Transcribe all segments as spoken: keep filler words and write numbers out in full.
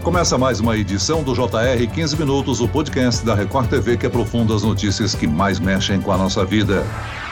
Começa mais uma edição do J R quinze Minutos, o podcast da Record T V que aprofunda as notícias que mais mexem com a nossa vida.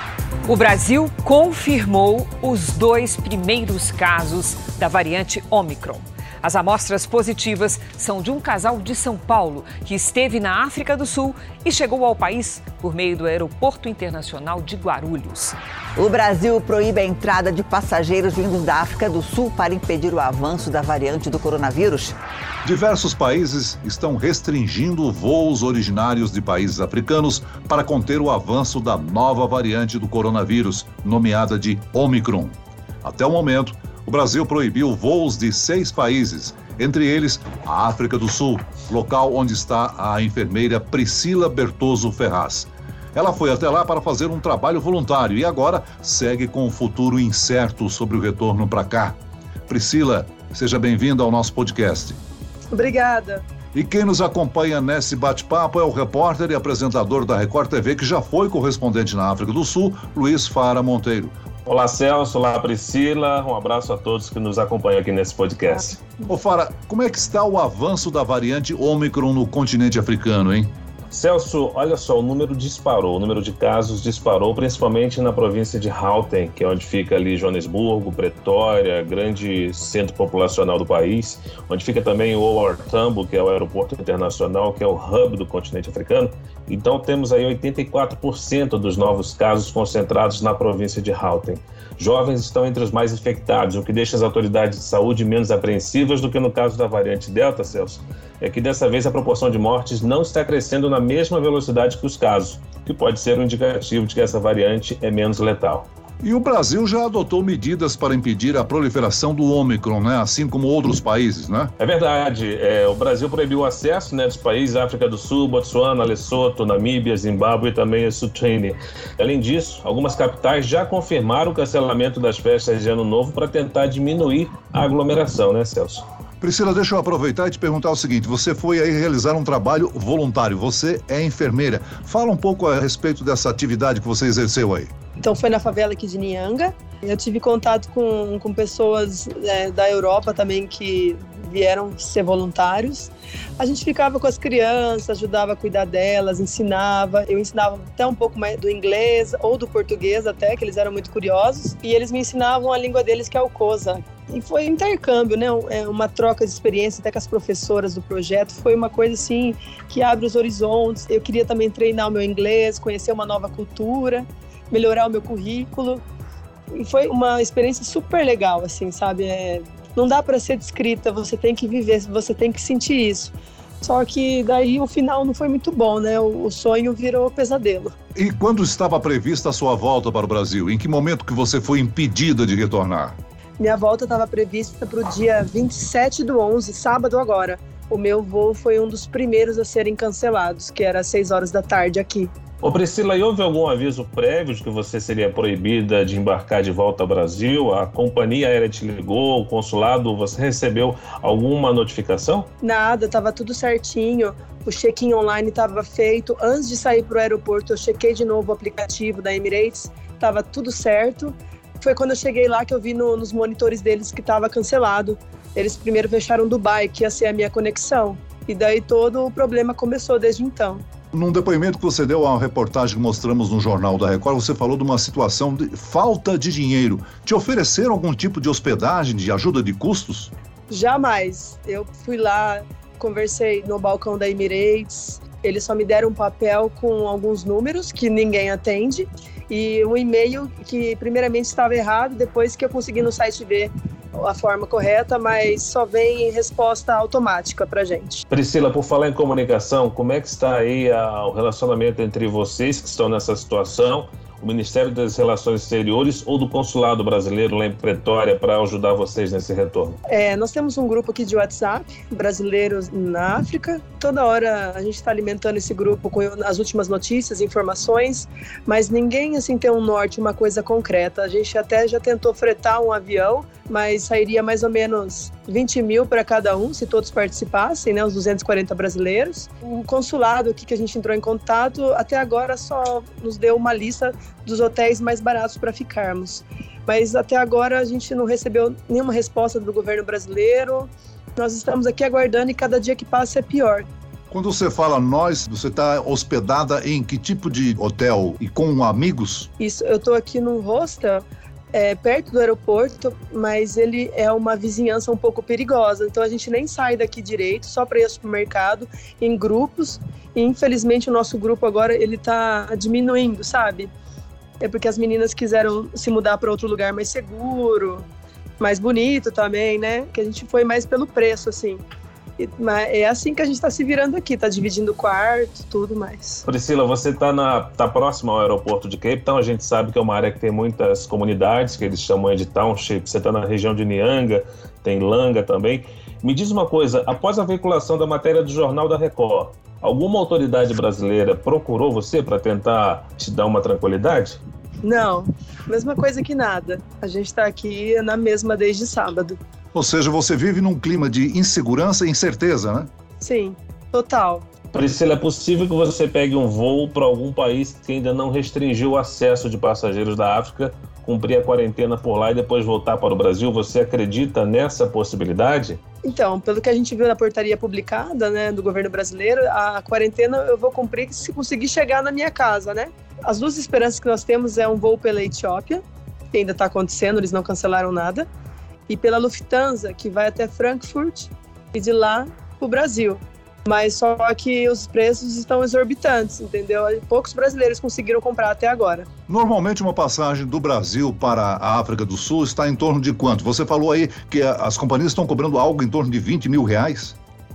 O Brasil confirmou os dois primeiros casos da variante Ômicron. As amostras positivas são de um casal de São Paulo que esteve na África do Sul e chegou ao país por meio do Aeroporto Internacional de Guarulhos. O Brasil proíbe a entrada de passageiros vindos da África do Sul para impedir o avanço da variante do coronavírus. Diversos países estão restringindo voos originários de países africanos para conter o avanço da nova variante do coronavírus, nomeada de Ômicron. Até o momento, o Brasil proibiu voos de seis países, entre eles a África do Sul, local onde está a enfermeira Priscila Bertoso Ferraz. Ela foi até lá para fazer um trabalho voluntário e agora segue com um futuro incerto sobre o retorno para cá. Priscila, seja bem-vinda ao nosso podcast. Obrigada. E quem nos acompanha nesse bate-papo é o repórter e apresentador da Record T V, que já foi correspondente na África do Sul, Luiz Fara Monteiro. Olá, Celso. Olá, Priscila. Um abraço a todos que nos acompanham aqui nesse podcast. Ô, Fara, como é que está o avanço da variante Ômicron no continente africano, hein? Celso, olha só, o número disparou, o número de casos disparou, principalmente na província de Gauteng, que é onde fica ali Joanesburgo, Pretória, grande centro populacional do país, onde fica também o O R Tambo, que é o aeroporto internacional, que é o hub do continente africano. Então temos aí oitenta e quatro por cento dos novos casos concentrados na província de Gauteng. Jovens estão entre os mais infectados, o que deixa as autoridades de saúde menos apreensivas do que no caso da variante Delta, Celso. É que dessa vez a proporção de mortes não está crescendo na mesma velocidade que os casos, que pode ser um indicativo de que essa variante é menos letal. E o Brasil já adotou medidas para impedir a proliferação do Ômicron, né? Assim como outros países, né? É verdade. É, o Brasil proibiu o acesso, né, dos países África do Sul, Botsuana, Lesoto, Namíbia, Zimbábue e também Eswatini. Além disso, algumas capitais já confirmaram o cancelamento das festas de Ano Novo para tentar diminuir a aglomeração, né, Celso? Priscila, deixa eu aproveitar e te perguntar o seguinte, você foi aí realizar um trabalho voluntário, você é enfermeira. Fala um pouco a respeito dessa atividade que você exerceu aí. Então foi na favela aqui de Nianga. Eu tive contato com, com pessoas é, da Europa também que vieram ser voluntários. A gente ficava com as crianças, ajudava a cuidar delas, ensinava. Eu ensinava até um pouco mais do inglês ou do português até, que eles eram muito curiosos. E eles me ensinavam a língua deles, que é o Xhosa. E foi intercâmbio, né? Uma troca de experiência até com as professoras do projeto. Foi uma coisa assim que abre os horizontes. Eu queria também treinar o meu inglês, conhecer uma nova cultura, melhorar o meu currículo. E foi uma experiência super legal, assim, sabe? É, não dá para ser descrita, você tem que viver, você tem que sentir isso. Só que daí o final não foi muito bom, né? O, o sonho virou pesadelo. E quando estava prevista a sua volta para o Brasil? Em que momento que você foi impedida de retornar? Minha volta estava prevista para o dia vinte e sete do onze, sábado agora. O meu voo foi um dos primeiros a serem cancelados, que era às seis horas da tarde aqui. Ô Priscila, e houve algum aviso prévio de que você seria proibida de embarcar de volta ao Brasil? A companhia aérea te ligou, o consulado, você recebeu alguma notificação? Nada, estava tudo certinho. O check-in online estava feito. Antes de sair para o aeroporto, eu chequei de novo o aplicativo da Emirates, estava tudo certo. Foi quando eu cheguei lá que eu vi no, nos monitores deles que estava cancelado. Eles primeiro fecharam Dubai, que ia ser a minha conexão. E daí todo o problema começou desde então. Num depoimento que você deu a uma reportagem que mostramos no Jornal da Record, você falou de uma situação de falta de dinheiro. Te ofereceram algum tipo de hospedagem, de ajuda de custos? Jamais. Eu fui lá, conversei no balcão da Emirates. Eles só me deram um papel com alguns números que ninguém atende. E um e-mail que primeiramente estava errado, depois que eu consegui no site ver a forma correta, mas só vem resposta automática pra gente. Priscila, por falar em comunicação, como é que está aí a, o relacionamento entre vocês que estão nessa situação, o Ministério das Relações Exteriores ou do Consulado Brasileiro lá em Pretória para ajudar vocês nesse retorno? É, nós temos um grupo aqui de WhatsApp, brasileiros na África. Toda hora a gente está alimentando esse grupo com as últimas notícias, informações, mas ninguém assim tem um norte, uma coisa concreta. A gente até já tentou fretar um avião, mas sairia mais ou menos vinte mil para cada um, se todos participassem, né, os duzentos e quarenta brasileiros. O consulado aqui que a gente entrou em contato, até agora só nos deu uma lista dos hotéis mais baratos para ficarmos. Mas até agora a gente não recebeu nenhuma resposta do governo brasileiro, Nós estamos aqui aguardando e cada dia que passa é pior. Quando você fala nós, você está hospedada em que tipo de hotel e com amigos? Isso, eu estou aqui num hostel, é, perto do aeroporto, mas ele é uma vizinhança um pouco perigosa, então a gente nem sai daqui direito, só para ir ao supermercado, em grupos, e infelizmente o nosso grupo agora ele está diminuindo, sabe? É porque as meninas quiseram se mudar para outro lugar mais seguro, mais bonito também, né? Que a gente foi mais pelo preço, assim. E, mas é assim que a gente está se virando aqui, está dividindo quarto, tudo mais. Priscila, você está tá próxima ao aeroporto de Cape Town, a gente sabe que é uma área que tem muitas comunidades, que eles chamam de township, você está na região de Nyanga, tem Langa também. Me diz uma coisa, após a veiculação da matéria do Jornal da Record, alguma autoridade brasileira procurou você para tentar te dar uma tranquilidade? Não, mesma coisa que nada. A gente está aqui na mesma desde sábado. Ou seja, você vive num clima de insegurança e incerteza, né? Sim, total. Priscila, é possível que você pegue um voo para algum país que ainda não restringiu o acesso de passageiros da África, cumprir a quarentena por lá e depois voltar para o Brasil? Você acredita nessa possibilidade? Então, pelo que a gente viu na portaria publicada, né, do governo brasileiro, a quarentena eu vou cumprir se conseguir chegar na minha casa, né? As duas esperanças que nós temos é um voo pela Etiópia, que ainda está acontecendo, eles não cancelaram nada, e pela Lufthansa, que vai até Frankfurt e de lá para o Brasil. Mas só que os preços estão exorbitantes, entendeu? Poucos brasileiros conseguiram comprar até agora. Normalmente uma passagem do Brasil para a África do Sul está em torno de quanto? Você falou aí que as companhias estão cobrando algo em torno de vinte mil reais?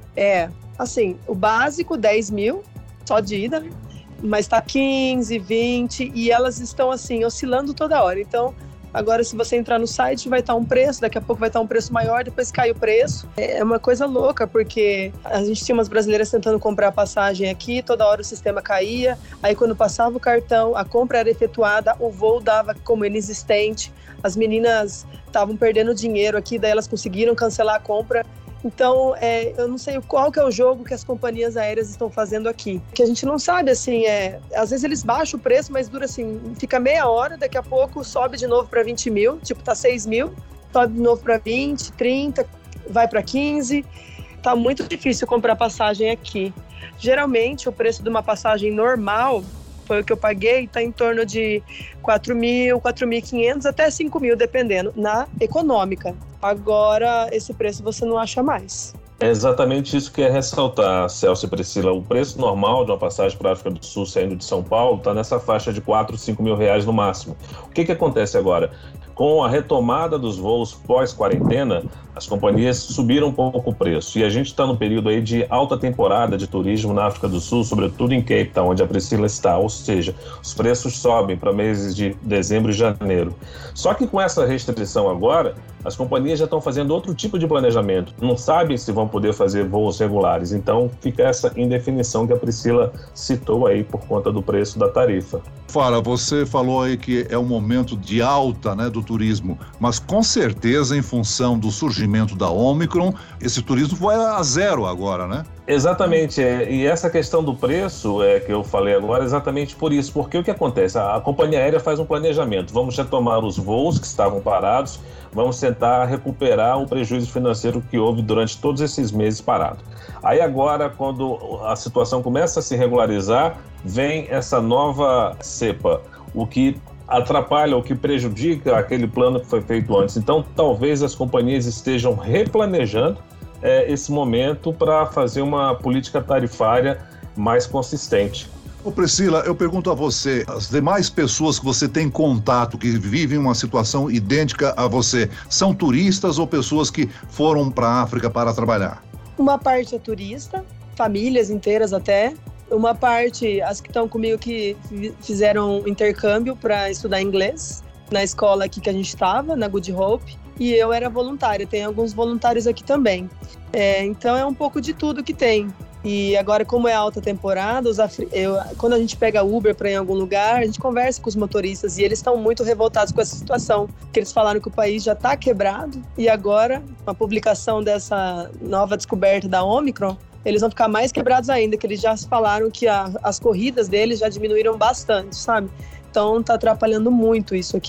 É, assim, o básico dez mil, só de ida, né? Mas está quinze, vinte e elas estão assim, oscilando toda hora. Então, agora se você entrar no site vai estar um preço, daqui a pouco vai estar um preço maior, depois cai o preço. É uma coisa louca, porque a gente tinha umas brasileiras tentando comprar passagem aqui, toda hora o sistema caía, aí quando passava o cartão, a compra era efetuada, o voo dava como inexistente, as meninas estavam perdendo dinheiro aqui, daí elas conseguiram cancelar a compra. Então, é, eu não sei qual que é o jogo que as companhias aéreas estão fazendo aqui. Que a gente não sabe, assim, é, às vezes eles baixam o preço, mas dura assim, fica meia hora, daqui a pouco sobe de novo para vinte mil, tipo, tá seis mil, sobe de novo para vinte, trinta, vai para quinze. Tá muito difícil comprar passagem aqui. Geralmente, o preço de uma passagem normal, foi o que eu paguei, está em torno de quatro mil, quatro mil e quinhentos até cinco mil, dependendo, na econômica. Agora, esse preço você não acha mais. É exatamente isso que é ressaltar, Celso e Priscila. O preço normal de uma passagem para a África do Sul saindo de São Paulo está nessa faixa de quatro, cinco mil reais no máximo. O que, que acontece agora? Com a retomada dos voos pós-quarentena, as companhias subiram um pouco o preço. E a gente está no período aí de alta temporada de turismo na África do Sul, sobretudo em Cape Town, onde a Priscila está. Ou seja, os preços sobem para meses de dezembro e janeiro. Só que com essa restrição agora, as companhias já estão fazendo outro tipo de planejamento. Não sabem se vão poder fazer voos regulares. Então fica essa indefinição que a Priscila citou aí por conta do preço da tarifa. Fala, você falou aí que é um momento de alta, né, do turismo, mas com certeza em função do surgimento da Omicron, esse turismo foi a zero agora, né? Exatamente, é, e essa questão do preço é, que eu falei agora, é exatamente por isso, porque o que acontece? A, a companhia aérea faz um planejamento, vamos retomar os voos que estavam parados, vamos tentar recuperar o prejuízo financeiro que houve durante todos esses meses parados. Aí agora, quando a situação começa a se regularizar, vem essa nova cepa, o que atrapalha, o que prejudica aquele plano que foi feito antes. Então, talvez as companhias estejam replanejando é, esse momento para fazer uma política tarifária mais consistente. Ô Priscila, eu pergunto a você, as demais pessoas que você tem contato, que vivem uma situação idêntica a você, são turistas ou pessoas que foram para a África para trabalhar? Uma parte é turista, famílias inteiras até. Uma parte, as que estão comigo que fizeram intercâmbio para estudar inglês na escola aqui que a gente estava, na Good Hope, e eu era voluntária, tem alguns voluntários aqui também. É, então é um pouco de tudo que tem. E agora, como é alta temporada, os afri... eu, quando a gente pega Uber para ir em algum lugar, a gente conversa com os motoristas e eles estão muito revoltados com essa situação, porque eles falaram que o país já está quebrado e agora, com a publicação dessa nova descoberta da Omicron, eles vão ficar mais quebrados ainda, que eles já falaram que a, as corridas deles já diminuíram bastante, sabe? Então tá atrapalhando muito isso aqui.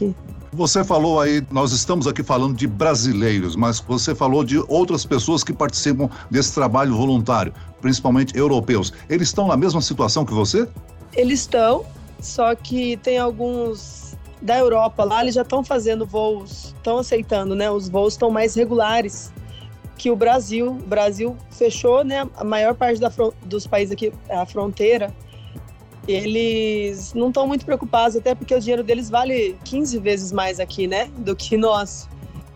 Você falou aí, nós estamos aqui falando de brasileiros, mas você falou de outras pessoas que participam desse trabalho voluntário, principalmente europeus. Eles estão na mesma situação que você? Eles estão, só que tem alguns da Europa lá, eles já estão fazendo voos, estão aceitando, né? Os voos estão mais regulares que o Brasil. O Brasil fechou, né? A maior parte da, dos países aqui, a fronteira, eles não estão muito preocupados, até porque o dinheiro deles vale quinze vezes mais aqui, né, do que nós.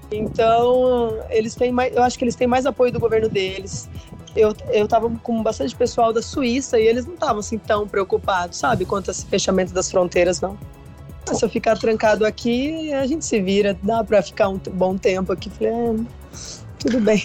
Então, eles têm mais, eu acho que eles têm mais apoio do governo deles. Eu eu estava com bastante pessoal da Suíça e eles não estavam assim tão preocupados, sabe, quanto a esse fechamento das fronteiras, não. Se eu ficar trancado aqui, a gente se vira, dá para ficar um bom tempo aqui. Falei, é, tudo bem.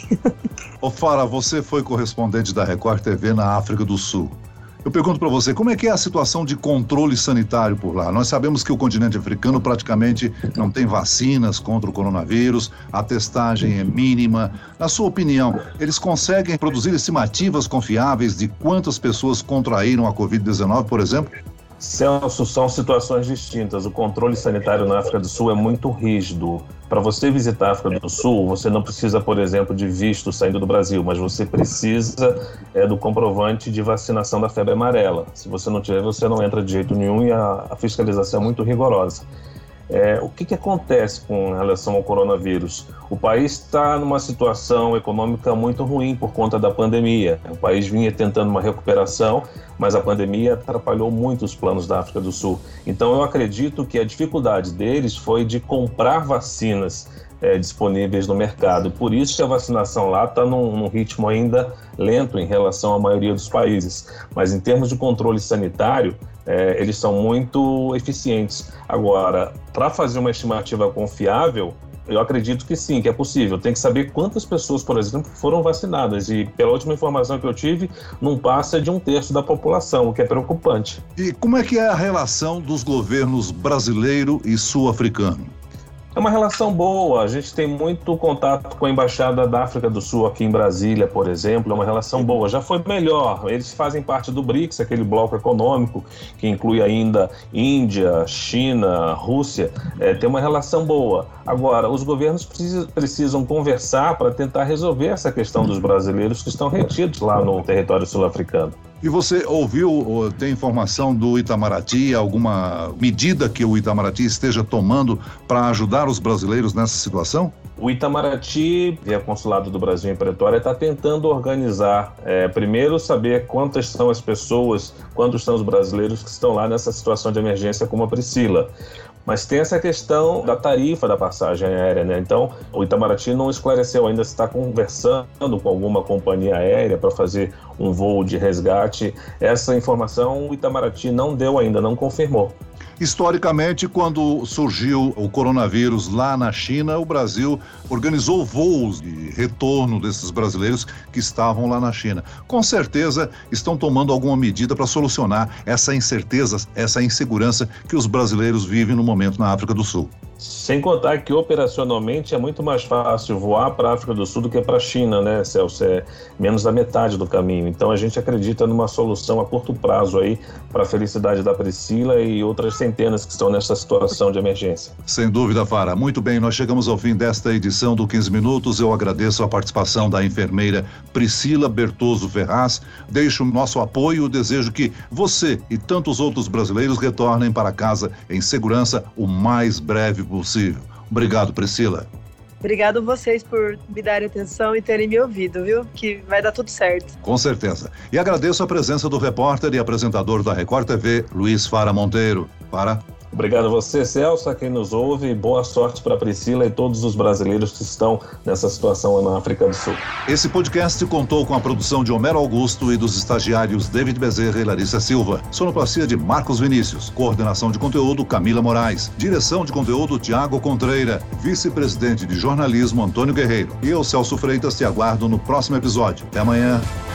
Ô Fara, você foi correspondente da Record T V na África do Sul. Eu pergunto para você, como é que é a situação de controle sanitário por lá? Nós sabemos que o continente africano praticamente não tem vacinas contra o coronavírus, a testagem é mínima. Na sua opinião, eles conseguem produzir estimativas confiáveis de quantas pessoas contraíram a covid dezenove, por exemplo? Celso, são situações distintas. O controle sanitário na África do Sul é muito rígido. Para você visitar a África do Sul, você não precisa, por exemplo, de visto saindo do Brasil, mas você precisa é, do comprovante de vacinação da febre amarela. Se você não tiver, você não entra de jeito nenhum e a, a fiscalização é muito rigorosa. É, o que, que acontece com relação ao coronavírus? O país está numa situação econômica muito ruim por conta da pandemia. O país vinha tentando uma recuperação, mas a pandemia atrapalhou muito os planos da África do Sul. Então eu acredito que a dificuldade deles foi de comprar vacinas é, disponíveis no mercado. Por isso que a vacinação lá está num, num ritmo ainda lento em relação à maioria dos países. Mas em termos de controle sanitário, É, eles são muito eficientes. Agora, para fazer uma estimativa confiável, eu acredito que sim, que é possível. Tem que saber quantas pessoas, por exemplo, foram vacinadas. E pela última informação que eu tive, não passa de um terço da população, o que é preocupante. E como é que é a relação dos governos brasileiro e sul-africano? É uma relação boa, a gente tem muito contato com a Embaixada da África do Sul aqui em Brasília, por exemplo, é uma relação boa. Já foi melhor, eles fazem parte do BRICS, aquele bloco econômico que inclui ainda Índia, China, Rússia, é, tem uma relação boa. Agora, os governos precisam, precisam conversar para tentar resolver essa questão dos brasileiros que estão retidos lá no território sul-africano. E você ouviu, tem informação do Itamaraty, alguma medida que o Itamaraty esteja tomando para ajudar os brasileiros nessa situação? O Itamaraty, via Consulado do Brasil em Pretória, está tentando organizar, é, primeiro saber quantas são as pessoas, quantos são os brasileiros que estão lá nessa situação de emergência como a Priscila. Mas tem essa questão da tarifa da passagem aérea, né? Então, o Itamaraty não esclareceu ainda se está conversando com alguma companhia aérea para fazer um voo de resgate. Essa informação o Itamaraty não deu ainda, não confirmou. Historicamente, quando surgiu o coronavírus lá na China, o Brasil organizou voos de retorno desses brasileiros que estavam lá na China. Com certeza, estão tomando alguma medida para solucionar essa incerteza, essa insegurança que os brasileiros vivem no momento na África do Sul. Sem contar que operacionalmente é muito mais fácil voar para a África do Sul do que para a China, né, Celso? É menos da metade do caminho. Então a gente acredita numa solução a curto prazo aí para a felicidade da Priscila e outras centenas que estão nessa situação de emergência. Sem dúvida, Fara. Muito bem, nós chegamos ao fim desta edição do quinze Minutos. Eu agradeço a participação da enfermeira Priscila Bertoso Ferraz. Deixo o nosso apoio e desejo que você e tantos outros brasileiros retornem para casa em segurança o mais breve possível. Obrigado, Priscila. Obrigado a vocês por me darem atenção e terem me ouvido, viu? Que vai dar tudo certo. Com certeza. E agradeço a presença do repórter e apresentador da Record T V, Luiz Fara Monteiro. Fara. Obrigado a você, Celso, a quem nos ouve. Boa sorte para a Priscila e todos os brasileiros que estão nessa situação na África do Sul. Esse podcast contou com a produção de Homero Augusto e dos estagiários David Bezerra e Larissa Silva. Sonoplastia de Marcos Vinícius. Coordenação de conteúdo Camila Moraes. Direção de conteúdo Tiago Contreira. Vice-presidente de jornalismo Antônio Guerreiro. E eu, Celso Freitas, te aguardo no próximo episódio. Até amanhã.